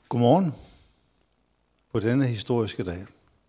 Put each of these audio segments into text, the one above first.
Godmorgen på denne historiske dag.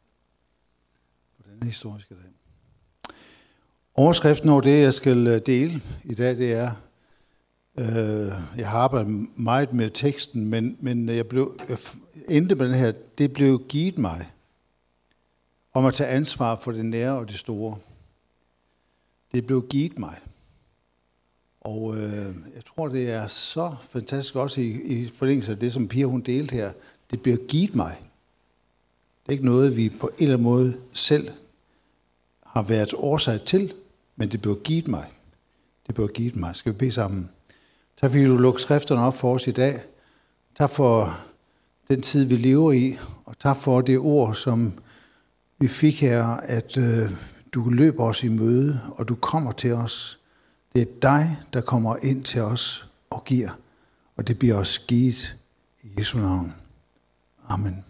Overskriften over det, jeg skal dele i dag, det er, jeg har arbejdet meget med teksten, men jeg endte med den her, det blev givet mig om at tage ansvar for det nære og det store. Det blev givet mig. Og jeg tror, det er så fantastisk også i forlængelse af det, som Pia hun delte her. Det bliver givet mig. Det er ikke noget, vi på en eller anden måde selv har været årsag til, men det bliver givet mig. Det bliver givet mig. Skal vi bede sammen? Tak fordi du lukker skrifterne op for os i dag. Tak for den tid, vi lever i, og tak for det ord, som vi fik her, at du løber os i møde, og du kommer til os. Det er dig, der kommer ind til os og giver, og det bliver os givet i Jesu navn. Amen.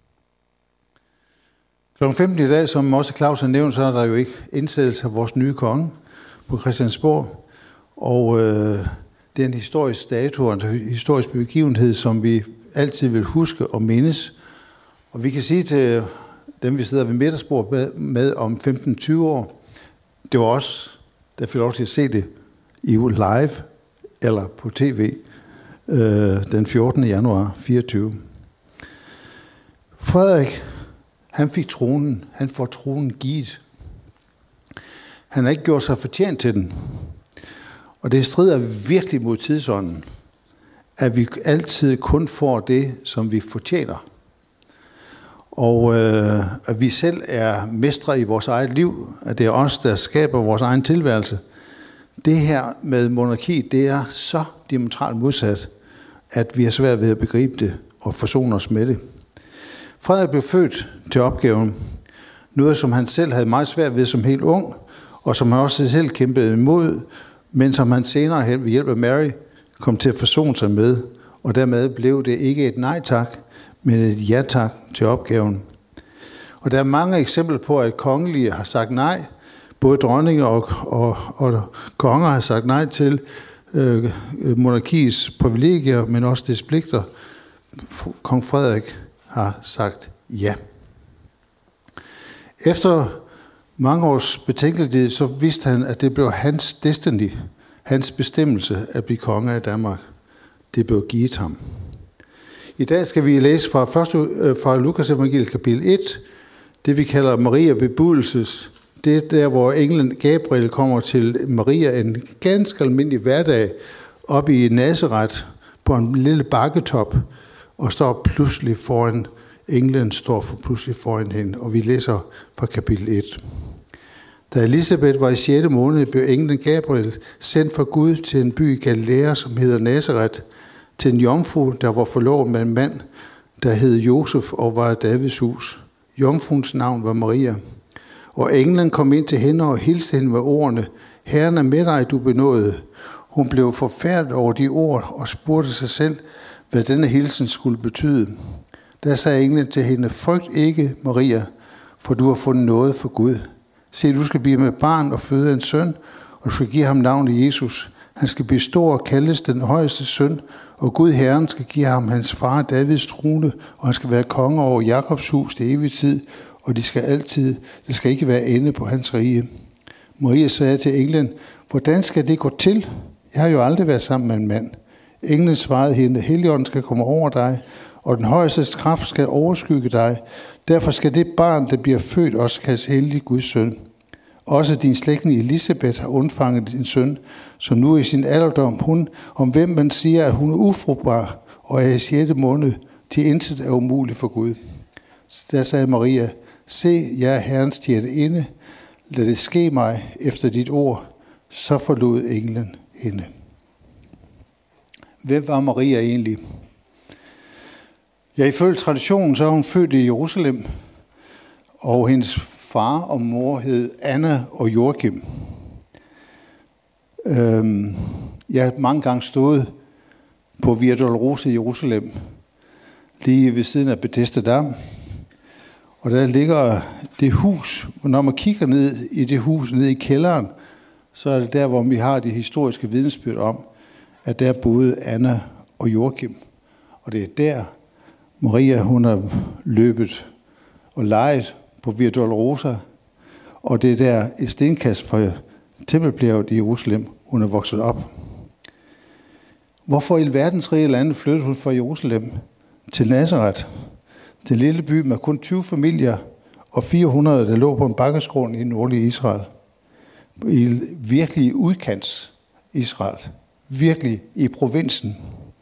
Kl. 15 i dag, som også Claus har nævnt, så er der jo ikke indsættelse af vores nye konge på Christiansborg. Og det er en historisk dato, en historisk begivenhed, som vi altid vil huske og mindes. Og vi kan sige til dem, vi sidder ved middagsbordet med om 15-20 år, det var os, der fik lov til at se det i live eller på tv den 14. januar 24. Frederik, han fik tronen. Han får tronen givet. Han har ikke gjort sig fortjent til den. Og det strider virkelig mod tidsånden, at vi altid kun får det, som vi fortjener. Og at vi selv er mestre i vores eget liv, at det er os, der skaber vores egen tilværelse. Det her med monarki, det er så diametralt modsat, at vi er svært ved at begribe det og forsone os med det. Frederik blev født til opgaven, noget som han selv havde meget svært ved som helt ung, og som han også selv kæmpede imod, men som han senere hen ved hjælp af Mary kom til at forsone sig med, og dermed blev det ikke et nej tak, men et ja tak til opgaven. Og der er mange eksempler på, at kongelige har sagt nej. Både dronninger og konger har sagt nej til monarkiets privilegier, men også dets pligter. Kong Frederik har sagt ja. Efter mange års betænkelighed, så vidste han, at det blev hans destiny, hans bestemmelse at blive konge af Danmark. Det blev givet ham. I dag skal vi læse fra Lukas evangeliet kapitel 1, det vi kalder Maria bebudelses. Det er der, hvor englen Gabriel kommer til Maria en ganske almindelig hverdag oppe i Nazareth på en lille bakketop, og englen står pludselig foran hende, og vi læser fra kapitel 1. Da Elisabeth var i 6. måned, blev englen Gabriel sendt fra Gud til en by i Galilea, som hedder Nazareth, til en jomfru, der var forlovet med en mand, der hed Josef og var af Davids hus. Jomfruens navn var Maria. Og englen kom ind til hende og hilste hende med ordene: Herren er med dig, du benådede. Hun blev forfærdet over de ord og spurgte sig selv, hvad denne hilsen skulle betyde. Der sagde englen til hende: Frygt ikke, Maria, for du har fundet noget for Gud. Se, du skal blive med barn og føde en søn, og du skal give ham navnet Jesus. Han skal blive stor og kaldes den højeste søn, og Gud Herren skal give ham hans far Davids trone, og han skal være konge over Jakobs hus til evig tid, og det skal ikke være ende på hans rige. Maria sagde til englen: Hvordan skal det gå til? Jeg har jo aldrig været sammen med en mand. Englen svarede hende: Helligånden skal komme over dig, og den højeste kraft skal overskygge dig. Derfor skal det barn, der bliver født, også kaldes hellig Guds søn. Også din slægtning Elisabeth har undfanget din søn, som nu i sin alderdom, om hvem man siger, at hun er ufrugtbar og er i 6. måned, til intet er umuligt for Gud. Der sagde Maria: Se, jeg er Herrens tjenerinde. Lad det ske mig efter dit ord. Så forlod englen hende. Hvem var Maria egentlig? Ja, ifølge traditionen, så er hun født i Jerusalem, og hendes far og mor hed Anna og Joachim. Jeg har mange gange stået på Via Dolorosa i Jerusalem, lige ved siden af Bethesda Dam. Og der ligger det hus, og når man kigger ned i det hus, ned i kælderen, så er det der, hvor vi har det historiske vidnesbyrd om, at der boede Anna og Joachim. Og det er der, Maria, hun har løbet og leget på Via Dolorosa, og det er der et stenkast fra Tempelbjerget i Jerusalem, hun er vokset op. Hvorfor i verdens rige lande flyttede hun fra Jerusalem til Nazaret, den lille by med kun 20 familier og 400, der lå på en bakkesgrund i nordlige Israel? I virkelig udkants Israel, virkelig i provinsen.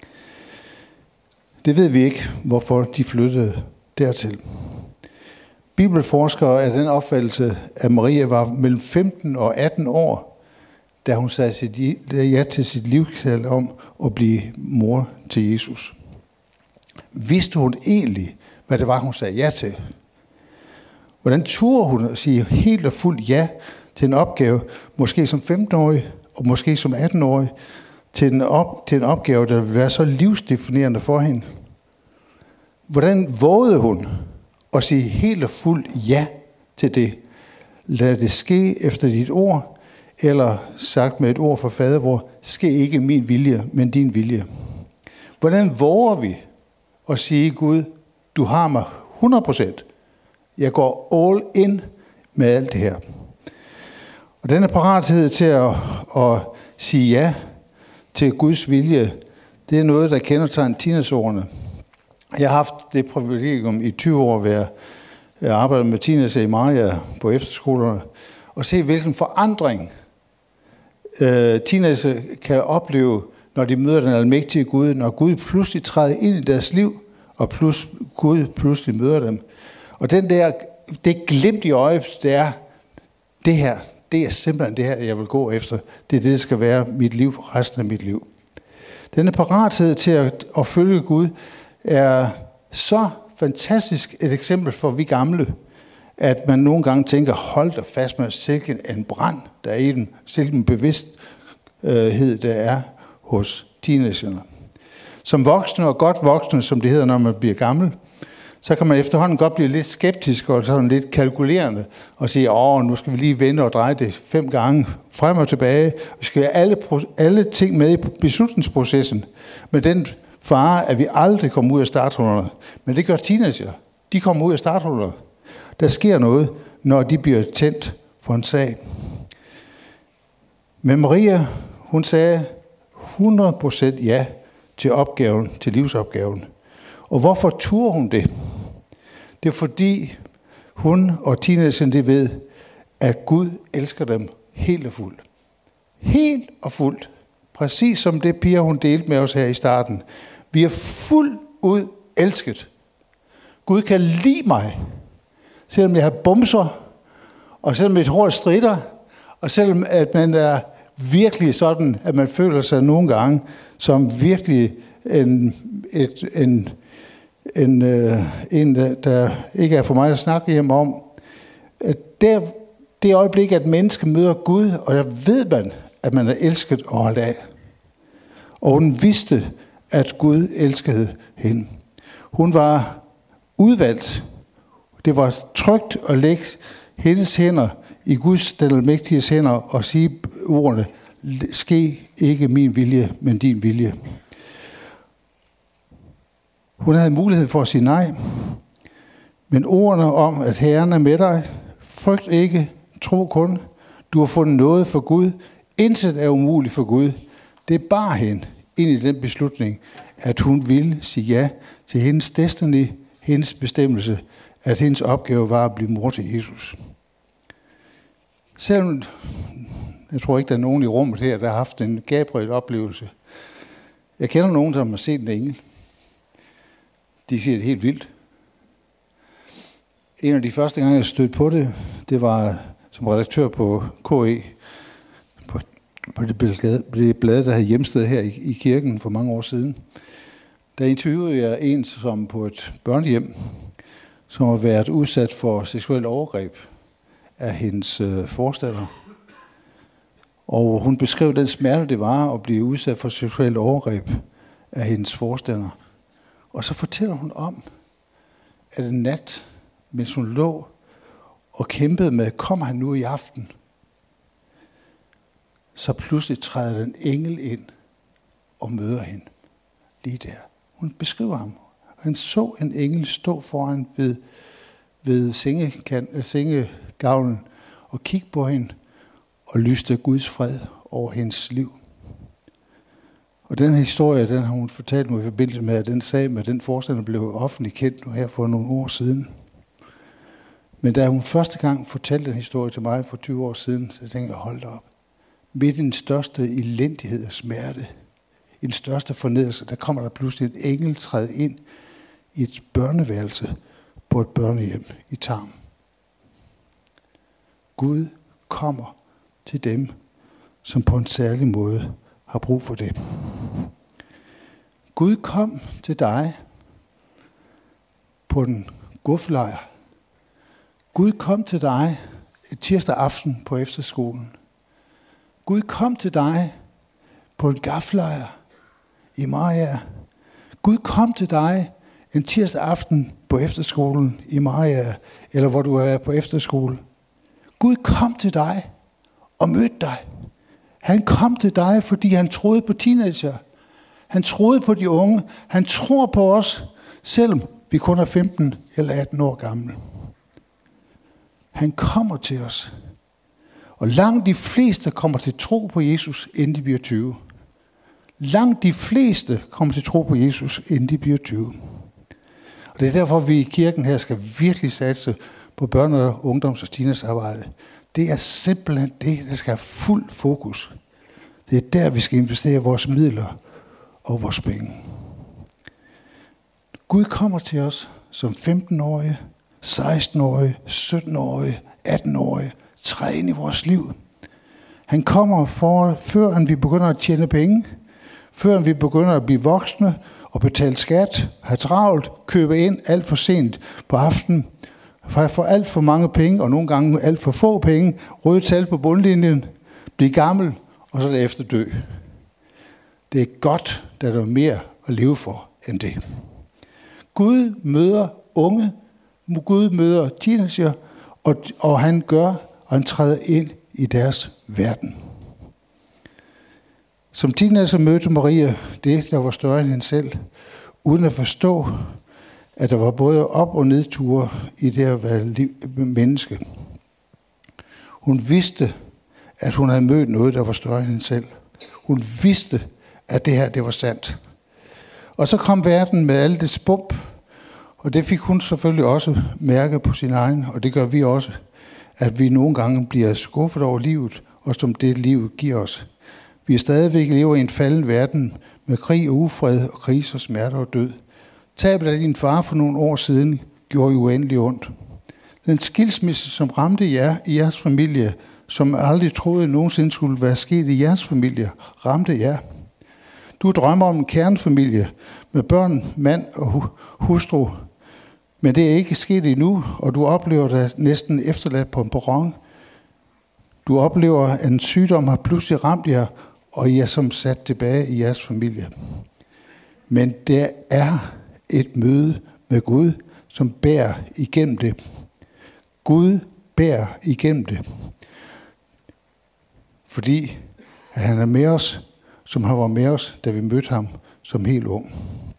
Det ved vi ikke, hvorfor de flyttede dertil. Bibelforskere er den opfattelse, at Maria var mellem 15 og 18 år, da hun sagde ja til sit livskald om at blive mor til Jesus. Vidste hun egentlig, hvad det var, hun sagde ja til? Hvordan turde hun at sige helt og fuldt ja til en opgave, måske som 15-årig og måske som 18-årig, til en opgave, der ville være så livsdefinerende for hende? Hvordan vågede hun at sige helt og fuldt ja til det? Lad det ske efter dit ord, eller sagt med et ord fra fader, hvor ske ikke min vilje, men din vilje. Hvordan våger vi at sige, Gud, du har mig 100%. Jeg går all in med alt det her. Og denne parathed til at sige ja til Guds vilje, det er noget, der kendetegner teenageårene. Jeg har haft det privilegium i 20 år at være arbejdet med teenager i Maria på efterskolerne, og se hvilken forandring teenager kan opleve, når de møder den almægtige Gud, når Gud pludselig træder ind i deres liv, og Gud pludselig møder dem. Og det glimt i øjet, det er det her, det er simpelthen det her, jeg vil gå efter. Det er det, der skal være mit liv, resten af mit liv. Denne parathed til at følge Gud er så fantastisk et eksempel for vi gamle, at man nogle gange tænker, hold da fast med sikken en brand, der er i den, sikken bevidsthed, der er hos teenagerne. Som voksne og godt voksne, som det hedder, når man bliver gammel, så kan man efterhånden godt blive lidt skeptisk og sådan lidt kalkulerende og sige, nu skal vi lige vende og dreje det 5 gange frem og tilbage. Vi skal have alle ting med i beslutningsprocessen. Men den fare, at vi aldrig kommer ud af starthullerne. Men det gør teenager. De kommer ud af starthullerne. Der sker noget, når de bliver tændt for en sag. Men Maria, hun sagde 100% ja til opgaven, til livsopgaven. Og hvorfor turde hun det? Det er fordi hun og teenagerne ved, at Gud elsker dem helt og fuldt. Helt og fuldt. Præcis som det Pia hun delte med os her i starten. Vi er fuldt ud elsket. Gud kan lide mig, selvom jeg har bumser, og selvom mit hår stritter, og selvom at man er virkelig sådan, at man føler sig nogle gange som virkelig en der ikke er for mig at snakke hjem om. At det øjeblik, at mennesket møder Gud, og der ved man, at man er elsket og holdt af. Og hun vidste, at Gud elskede hende. Hun var udvalgt. Det var trygt at lægge hendes hænder i Guds, den almægtiges hænder, og sige ordene, ske ikke min vilje, men din vilje. Hun havde mulighed for at sige nej, men ordene om, at Herren er med dig, frygt ikke, tro kun, du har fundet noget for Gud, intet er umuligt for Gud. Det bar hende ind i den beslutning, at hun ville sige ja til hendes destiny, hendes bestemmelse, at hendes opgave var at blive mor til Jesus. Selvom, jeg tror ikke, der er nogen i rummet her, der har haft en Gabriel-oplevelse. Jeg kender nogen, der har set en engel. De siger, det er helt vildt. En af de første gange, jeg stødte på det, det var som redaktør på KE, på det blad, der havde hjemsted her i kirken for mange år siden. Der interviewede jeg en, som på et børnehjem, som har været udsat for seksuel overgreb af hendes forstander. Og hun beskrev den smerte, det var at blive udsat for seksuel overgreb af hendes forstander. Og så fortæller hun om, at en nat, mens hun lå og kæmpede med, kommer han nu i aften? Så pludselig træder den engel ind og møder hende lige der. Hun beskriver ham. Han så en engel stå foran ved sengegavlen og kigge på hende og lyste Guds fred over hendes liv. Og den historie, den har hun fortalt mig i forbindelse med, at den sag med den forstander blev offentligt kendt nu her for nogle år siden. Men da hun første gang fortalte den historie til mig for 20 år siden, så tænkte jeg, hold da op. Midt i den største elendighed og smerte, i den største fornedrelse, der kommer der pludselig en engel træde ind i et børneværelse på et børnehjem i Tarm. Gud kommer til dem, som på en særlig måde har brug for det. Gud kom til dig på en guflejr. Gud kom til dig et tirsdag aften på efterskolen. Gud kom til dig på en gaflejr i Maria. Gud kom til dig en tirsdag aften på efterskolen i Maria, eller hvor du er på efterskole. Gud kom til dig og mødte dig. Han kom til dig, fordi han troede på teenager. Han troede på de unge. Han tror på os, selvom vi kun er 15 eller 18 år gamle. Han kommer til os. Og langt de fleste kommer til tro på Jesus, inden de bliver 20. Langt de fleste kommer til tro på Jesus, inden de bliver 20. Og det er derfor, vi i kirken her skal virkelig satse på børne- og ungdoms- og teenagearbejde. Det er simpelthen det, der skal have fuld fokus. Det er der, vi skal investere vores midler og vores penge. Gud kommer til os som 15-årige, 16-årige, 17-årige, 18-årige, træde ind i vores liv. Han kommer før vi begynder at tjene penge, før vi begynder at blive voksne og betale skat, have travlt, købe ind alt for sent på aftenen, for alt for mange penge, og nogle gange alt for få penge, røde tal på bundlinjen, blive gammel, og så derefter dø. Det er godt, der er mere at leve for end det. Gud møder unge, Gud møder teenager, og han træder ind i deres verden. Som teenager mødte Maria det, der var større end hende selv, uden at forstå, at der var både op- og nedture i det at være menneske. Hun vidste, at hun havde mødt noget, der var større end hende selv. Hun vidste, at det her, det var sandt. Og så kom verden med alt det spump, og det fik hun selvfølgelig også mærke på sin egen, og det gør vi også, at vi nogle gange bliver skuffet over livet, og som det liv giver os. Vi er stadigvæk lever i en falden verden med krig og ufred og krise og smerte og død. Tabet af din far for nogle år siden gjorde uendelig ondt. Den skilsmisse, som ramte jer i jeres familie, som aldrig troede nogensinde skulle være sket i jeres familie, ramte jer. Du drømmer om en kernefamilie med børn, mand og hustru, men det er ikke sket endnu, og du oplever dig næsten efterladt på en perron. Du oplever, at en sygdom har pludselig ramt jer, og I er som sat tilbage i jeres familie. Men der er et møde med Gud, som bærer igennem det. Gud bærer igennem det. Fordi han er med os, som han var med os, da vi mødte ham som helt ung.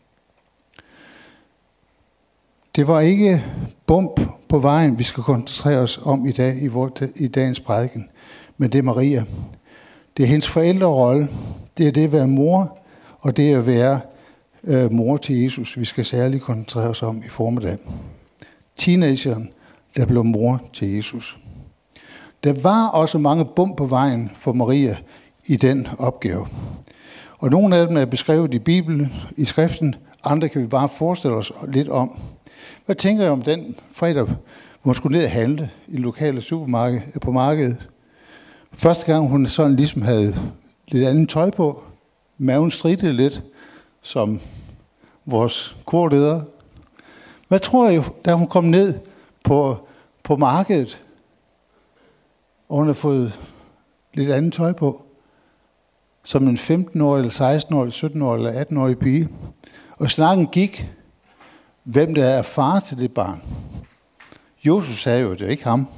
Det var ikke bump på vejen, vi skal koncentrere os om i dag i dagens prædiken, men det er Maria. Det er hendes forældrerolle, det er det at være mor, og det at være mor til Jesus, vi skal særligt koncentrere os om i formiddag. Teenageren, der blev mor til Jesus. Der var også mange bump på vejen for Maria i den opgave. Og nogle af dem er beskrevet i Bibelen, i skriften, andre kan vi bare forestille os lidt om. Hvad tænker jeg om den fredag, hvor hun skulle ned og handle i lokale supermarked på markedet? Første gang hun sådan ligesom havde lidt andet tøj på, maven strittede lidt, som vores korleder. Hvad tror jeg, da hun kom ned på markedet, og hun har fået lidt andet tøj på, som en 15-årig, eller 16-årig, 17-årig eller 18-årig pige, og snakken gik, hvem der er far til det barn. Josef sagde jo, det er ikke ham.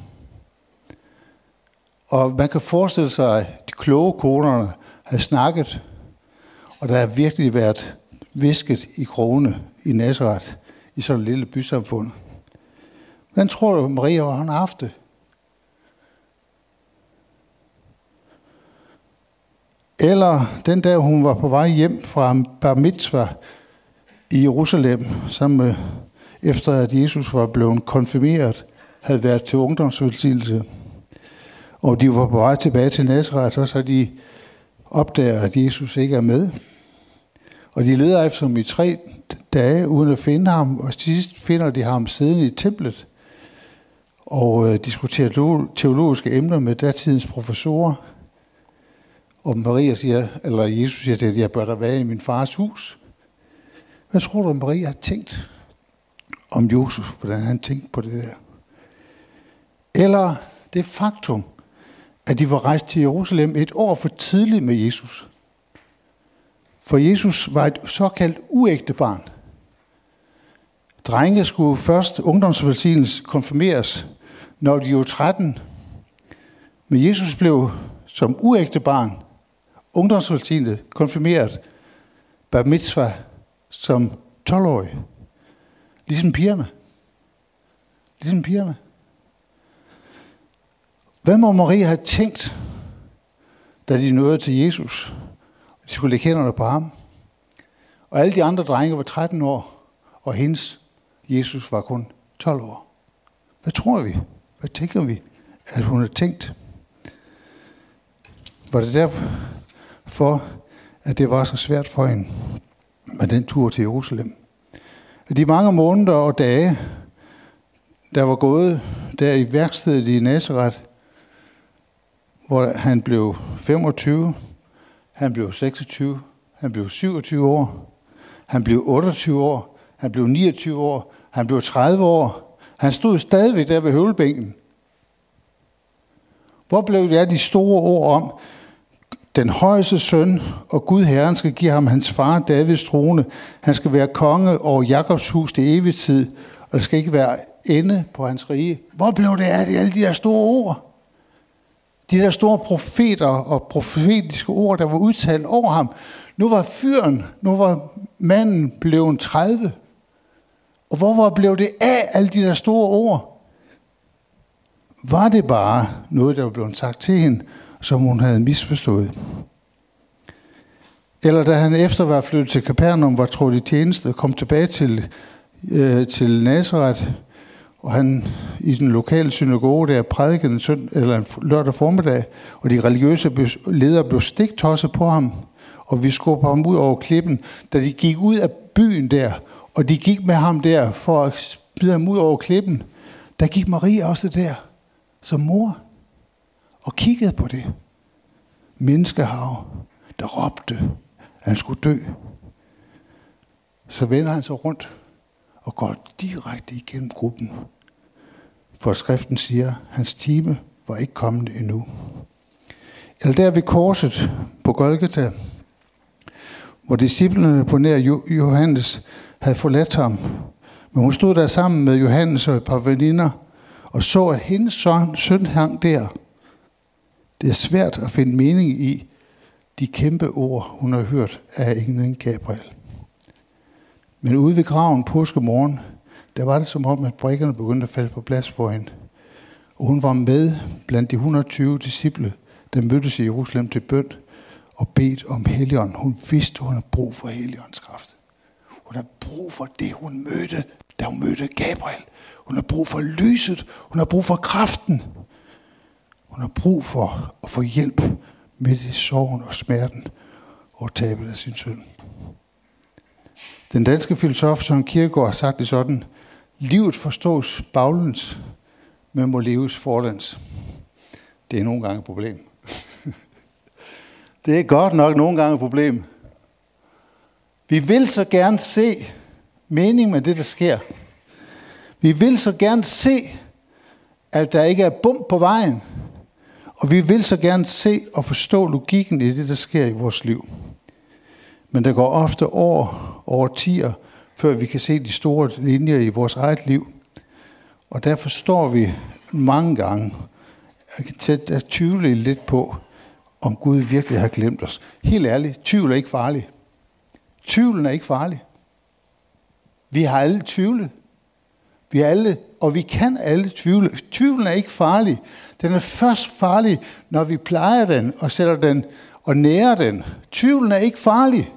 Og man kan forestille sig, at de kloge konerne havde snakket, og der har virkelig været visket i krogene i Nazareth, i sådan et lille bysamfund. Hvordan tror du, Maria har haft det? Eller den dag, hun var på vej hjem fra Bar Mitzvah i Jerusalem, efter at Jesus var blevet konfirmeret, havde været til ungdomsvelsignelse. Og de var på vej tilbage til Nazareth, og så de opdager, at Jesus ikke er med. Og de leder efter ham i 3 dage, uden at finde ham, og til sidst finder de ham siddende i templet og diskuterer teologiske emner med datidens professorer. Og Maria siger, eller Jesus siger, at jeg bør da være i min fars hus. Hvad tror du, Maria har tænkt om Josef, hvordan han tænkte på det der? Eller det faktum, at de var rejst til Jerusalem et år for tidligt med Jesus. For Jesus var et såkaldt uægte barn. Drenge skulle først ungdomsvelsignelse konfirmeres, når de var 13. Men Jesus blev som uægte barn ungdomsvelsignet, konfirmeret, bar mitzvah som 12-årig. Ligesom pigerne. Hvad må Maria have tænkt, da de nåede til Jesus? De skulle lægge hænderne på ham. Og alle de andre drenge var 13 år, og hendes Jesus var kun 12 år. Hvad tror vi? Hvad tænker vi, at hun har tænkt? Var det derfor, at det var så svært for hende med den tur til Jerusalem? De mange måneder og dage, der var gået der i værkstedet i Nazareth, hvor han blev 25, han blev 26, han blev 27 år, han blev 28 år, han blev 29 år, han blev 30 år. Han stod stadigvæk der ved høvlebænken. Hvor blev det af de store ord om, den højeste søn og Gud Herren skal give ham hans far Davids trone. Han skal være konge over Jakobs hus til evig tid, og der skal ikke være ende på hans rige. Hvor blev det af alle de der store ord? De der store profeter og profetiske ord, der var udtalt over ham. Nu var manden blevet 30. Og hvor blev det af alle de der store ord? Var det bare noget, der var blevet sagt til hende, som hun havde misforstået? Eller da han efter var flyttet til Kapernaum, var trådt i tjeneste, kom tilbage til Nazareth, og han i den lokale synagoge der prædikede en lørdag formiddag, og de religiøse ledere blev stiktosset på ham, og vi skubbede ham ud over klippen. Da de gik ud af byen der, og de gik med ham der for at smide ham ud over klippen, der gik Maria også der som mor og kiggede på det menneskehav, der råbte, at han skulle dø. Så vender han sig rundt og går direkte igennem gruppen. For skriften siger, at hans time var ikke kommet endnu. Eller der ved korset på Golgata, hvor disciplene på nær Johannes havde forladt ham. Men hun stod der sammen med Johannes og et par veninder og så, at hendes søn hang der. Det er svært at finde mening i de kæmpe ord, hun har hørt af englen Gabriel. Men ude ved graven påskemorgen, der var det som om, at brikkerne begyndte at falde på plads for hende. Og hun var med blandt de 120 disciple, der mødtes i Jerusalem til bøn og bedt om Helligånden. Hun vidste, hun havde brug for Helligåndens kraft. Hun har brug for det, hun mødte, da hun mødte Gabriel. Hun har brug for lyset. Hun har brug for kraften. Hun har brug for at få hjælp midt i sorgen og smerten og tabet af sin søn. Den danske filosof Søren Kierkegaard har sagt det sådan: livet forstås baglæns, men må leves forlæns. Det er nogle gange et problem. Det er godt nok nogle gange et problem. Vi vil så gerne se mening med det, der sker. Vi vil så gerne se, at der ikke er bump på vejen. Og vi vil så gerne se og forstå logikken i det, der sker i vores liv. Men der går ofte år, årtier, før vi kan se de store linjer i vores eget liv. Og derfor står vi mange gange at tvivle lidt på, om Gud virkelig har glemt os. Helt ærligt, tvivl er ikke farlig. Tvivlen er ikke farlig. Vi har alle tvivlet. Vi kan alle tvivle. Tvivlen er ikke farlig. Den er først farlig, når vi plejer den og sætter den og nærer den. Tvivlen er ikke farlig.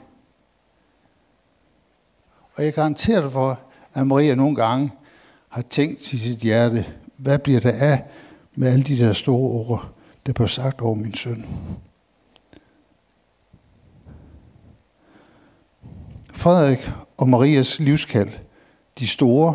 Og jeg garanterer dig for, at Maria nogle gange har tænkt i sit hjerte, hvad bliver der af med alle de der store ord, der blev sagt over min søn. Frederik og Marias livskald, de store,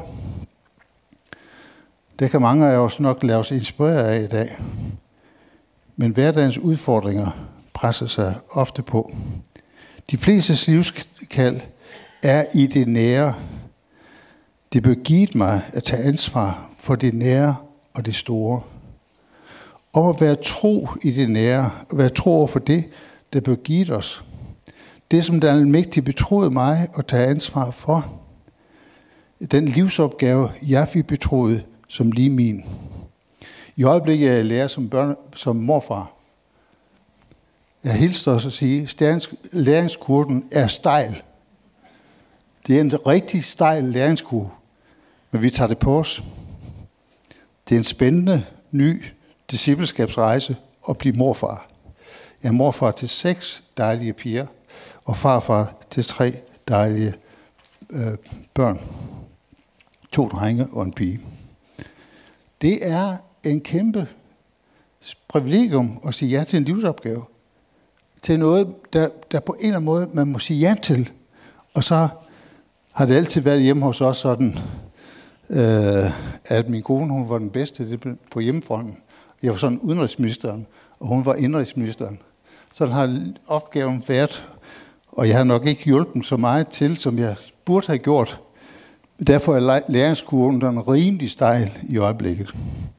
det kan mange af os nok lade os inspirere af i dag. Men hverdagens udfordringer presser sig ofte på. De flestes livskald er i det nære. Det bør give mig at tage ansvar for det nære og det store. Om at være tro i det nære, og være tro over for det, der bør give os. Det, som der almægtige betroede mig at tage ansvar for. Den livsopgave, jeg fik betroet som lige min. I øjeblikket er jeg lærer som morfar. Jeg hilste også at sige, at læringskurven er stejl. Det er en rigtig stejl læringskurve, men vi tager det på os. Det er en spændende, ny discipleskabsrejse at blive morfar. Jeg er morfar til 6 dejlige piger, og farfar til 3 dejlige børn. 2 drenge og en pige. Det er en kæmpe privilegium at sige ja til en livsopgave. Til noget, der på en eller anden måde, man må sige ja til. Og så har det altid været hjemme hos os sådan, at min kone, hun var den bedste på hjemmefronten. Jeg var sådan udenrigsministeren, og hun var indrigsministeren. Så har opgaven været, og jeg har nok ikke hjulpet så meget til, som jeg burde have gjort. Derfor er læringskurven den rimelig stejl i øjeblikket.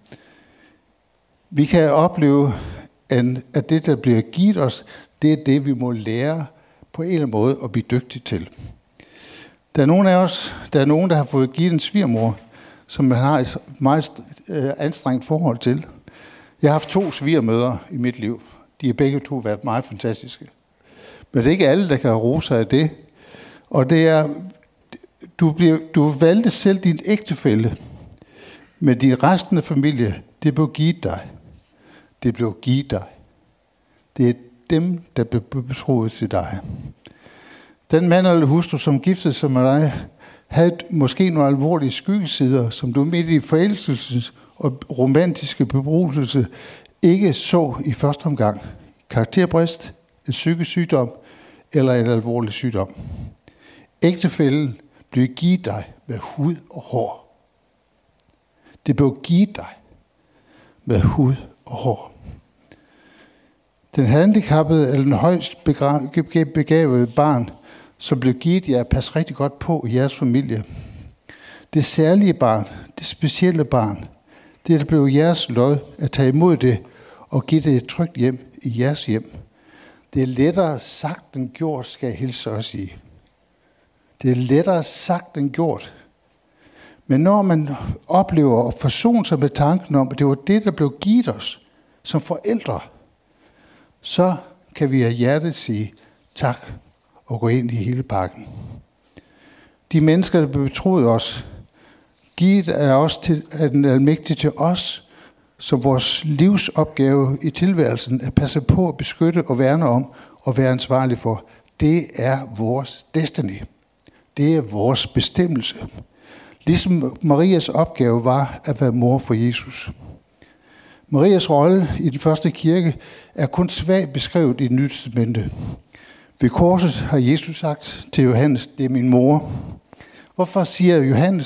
Vi kan opleve, at det, der bliver givet os, det er det, vi må lære på en eller anden måde at blive dygtige til. Der er nogen, der har fået givet en svigermor, som man har et meget anstrengt forhold til. Jeg har haft 2 svigermødre i mit liv. De har begge 2 været meget fantastiske. Men det er ikke alle, der kan rose af det. Og det er, du valgte selv din ægtefælle, men din resten af familie, det blev givet dig. Det blev givet dig. Det er dem, der blev betroet til dig. Den mand eller hustru, som giftede sig med dig, havde måske nogle alvorlige skyggesider, som du midt i forelskelsens og romantiske bebrugelse ikke så i første omgang. Karakterbrist, en psykisk sygdom eller en alvorlig sygdom. Ægtefælden blev givet dig med hud og hår. Det blev givet dig med hud og hår. Den handicappede eller den højst begavede barn, som blev givet jer, pas rigtig godt på i jeres familie. Det særlige barn, det specielle barn, det der blev jeres lod at tage imod det og give det et trygt hjem i jeres hjem. Det er lettere sagt end gjort, skal jeg hilse os sige. Det er lettere sagt end gjort. Men når man oplever at forsone sig med tanken om, at det var det, der blev givet os som forældre, så kan vi af hjertet sige tak og gå ind i hele pakken. De mennesker, der blev betroet os, givet er også af den almægtige til os, som vores livsopgave i tilværelsen at passe på at beskytte og værne om og være ansvarlig for. Det er vores destiny. Det er vores bestemmelse. Ligesom Marias opgave var at være mor for Jesus. Marias rolle i den første kirke er kun svagt beskrevet i Det Nye Testamente. Ved korset har Jesus sagt til Johannes, det er min mor. Hvorfor siger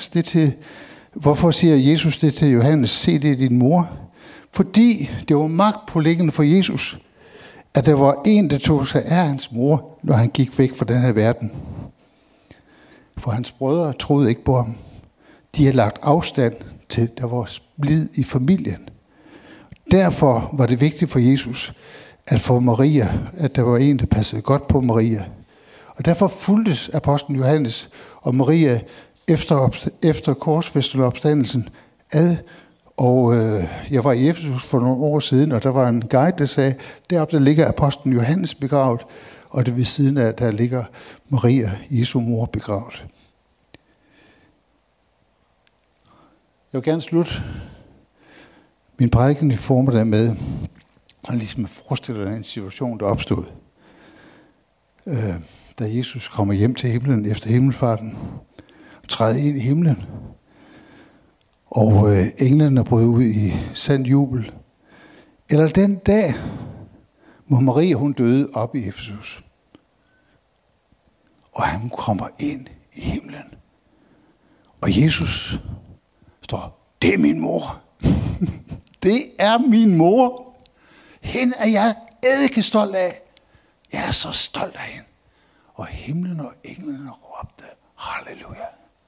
Jesus det til Johannes, se det er din mor? Fordi det var magtpåliggende for Jesus, at der var en, der tog sig af hans mor, når han gik væk fra den her verden. For hans brødre troede ikke på ham. De havde lagt afstand til, der var splid i familien. Derfor var det vigtigt for Jesus, at for Maria, at der var en, der passede godt på Maria. Og derfor fulgtes apostlen Johannes og Maria efter korsfæstelsen og opstandelsen ad. Og jeg var i Efesus for nogle år siden, og der var en guide, der sagde, deroppe der ligger apostlen Johannes begravet, og det ved siden af, der ligger Maria, Jesu mor, begravet. Jeg vil gerne slutte min prædiken i formiddag med at ligesom forestille dig en situation, der opstod. Da Jesus kommer hjem til himlen efter himmelfarten, træder ind i himlen, og englene brød ud i sand jubel. Eller den dag, hvor Maria hun døde op i Efesus, og han kommer ind i himlen. Og Jesus står, det er min mor. Det er min mor. Hende er jeg ikke stolt af. Jeg er så stolt af hende. Og himlen og englene råbte, halleluja.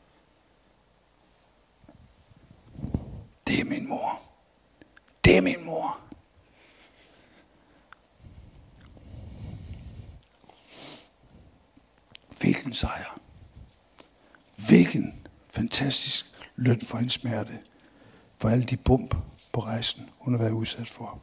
Det er min mor. Det er min mor. Hvilken sejr. Hvilken fantastisk løn for hendes smerte. For alle de bump på rejsen, hun har været udsat for.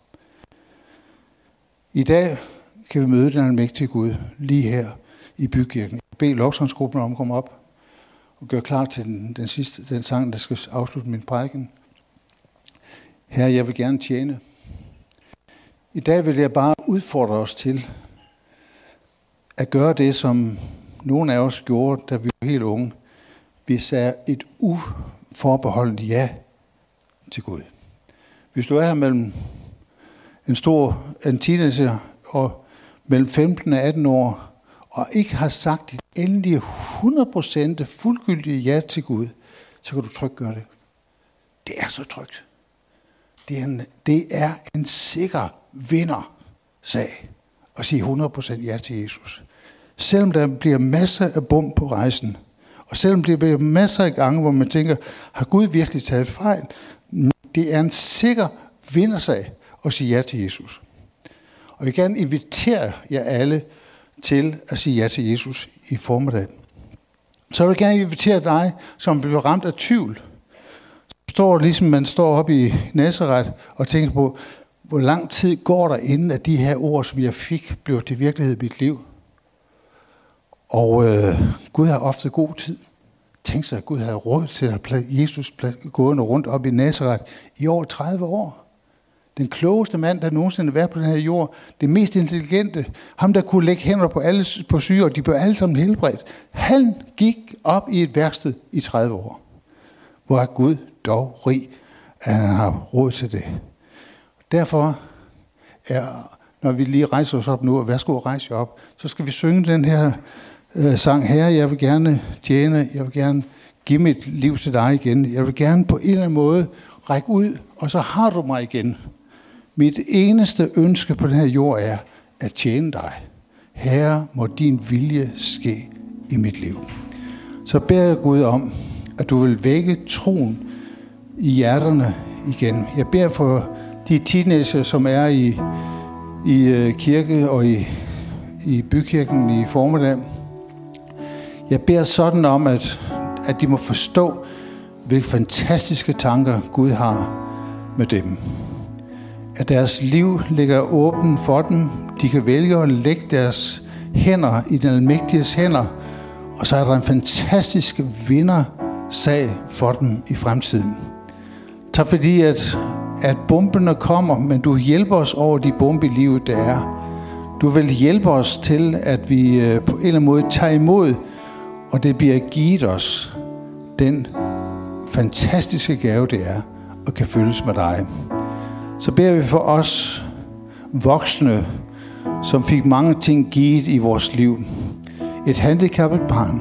I dag kan vi møde den almægtige Gud lige her i bykirken. Bed lovsangsgruppen om at komme op og gøre klar til den sang, der skal afslutte min prædiken. Herre, jeg vil gerne tjene. I dag vil jeg bare udfordre os til at gøre det, som nogle af os gjorde, da vi var helt unge. Vi sagde et uforbeholdent ja til Gud. Hvis du er her mellem en teenager og mellem 15 og 18 år, og ikke har sagt dit endelige 100% fuldgyldige ja til Gud, så kan du trygt gøre det. Det er så trygt. Det er en sikker vindersag at sige 100% ja til Jesus. Selvom der bliver masser af bump på rejsen, og selvom der bliver masser af gange, hvor man tænker, har Gud virkelig taget fejl? Det er en sikker vindersag at sige ja til Jesus. Og jeg vil gerne invitere jer alle til at sige ja til Jesus i formiddag. Så vil jeg gerne invitere dig, som bliver ramt af tvivl. Man står oppe i Nazareth og tænker på, hvor lang tid går der inden, at de her ord, som jeg fik, blev til virkelighed i mit liv. Og Gud har ofte god tid. Tænk sig, at Gud havde råd til at have Jesus gående rundt op i Nazareth i over 30 år. Den klogeste mand, der nogensinde har været på den her jord. Det mest intelligente. Ham, der kunne lægge hænder på alle på syge, og de blev alle sammen helbredt. Han gik op i et værksted i 30 år. Hvor er Gud dog rig, at han har råd til det. Derfor når vi lige rejser os op nu, og værsgo at rejse op, så skal vi synge den her sang. Herre, jeg vil gerne tjene, jeg vil gerne give mit liv til dig igen. Jeg vil gerne på en eller anden måde række ud, og så har du mig igen. Mit eneste ønske på den her jord er at tjene dig. Herre, må din vilje ske i mit liv. Så beder jeg Gud om, at du vil vække troen i hjerterne igen. Jeg beder for de teenager, som er i kirke og i bykirken i formiddag. Jeg beder sådan om, at de må forstå, hvilke fantastiske tanker Gud har med dem. At deres liv ligger åbent for dem. De kan vælge at lægge deres hænder i den almægtiges hænder, og så er der en fantastisk vindersag for dem i fremtiden. Tak fordi, at bomberne kommer, men du hjælper os over de bombe i livet, der er. Du vil hjælpe os til, at vi på en eller anden måde tager imod, og det bliver givet os den fantastiske gave, det er, og kan følges med dig. Så beder vi for os voksne, som fik mange ting givet i vores liv. Et handicappet barn.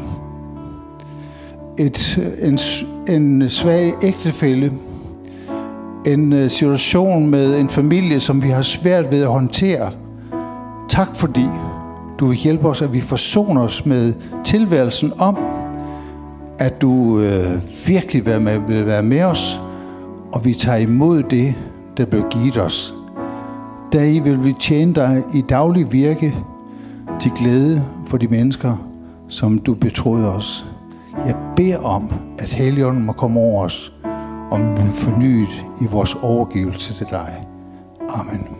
En svag ægtefælle. En situation med en familie, som vi har svært ved at håndtere. Tak fordi du vil hjælpe os, at vi forsoner os med tilværelsen om, at du virkelig vil være med os, og vi tager imod det, der blev givet os. Deri vil vi tjene dig i daglig virke til glæde for de mennesker, som du betroede os. Jeg beder om, at Helligånden må komme over os, og fornyet i vores overgivelse til dig. Amen.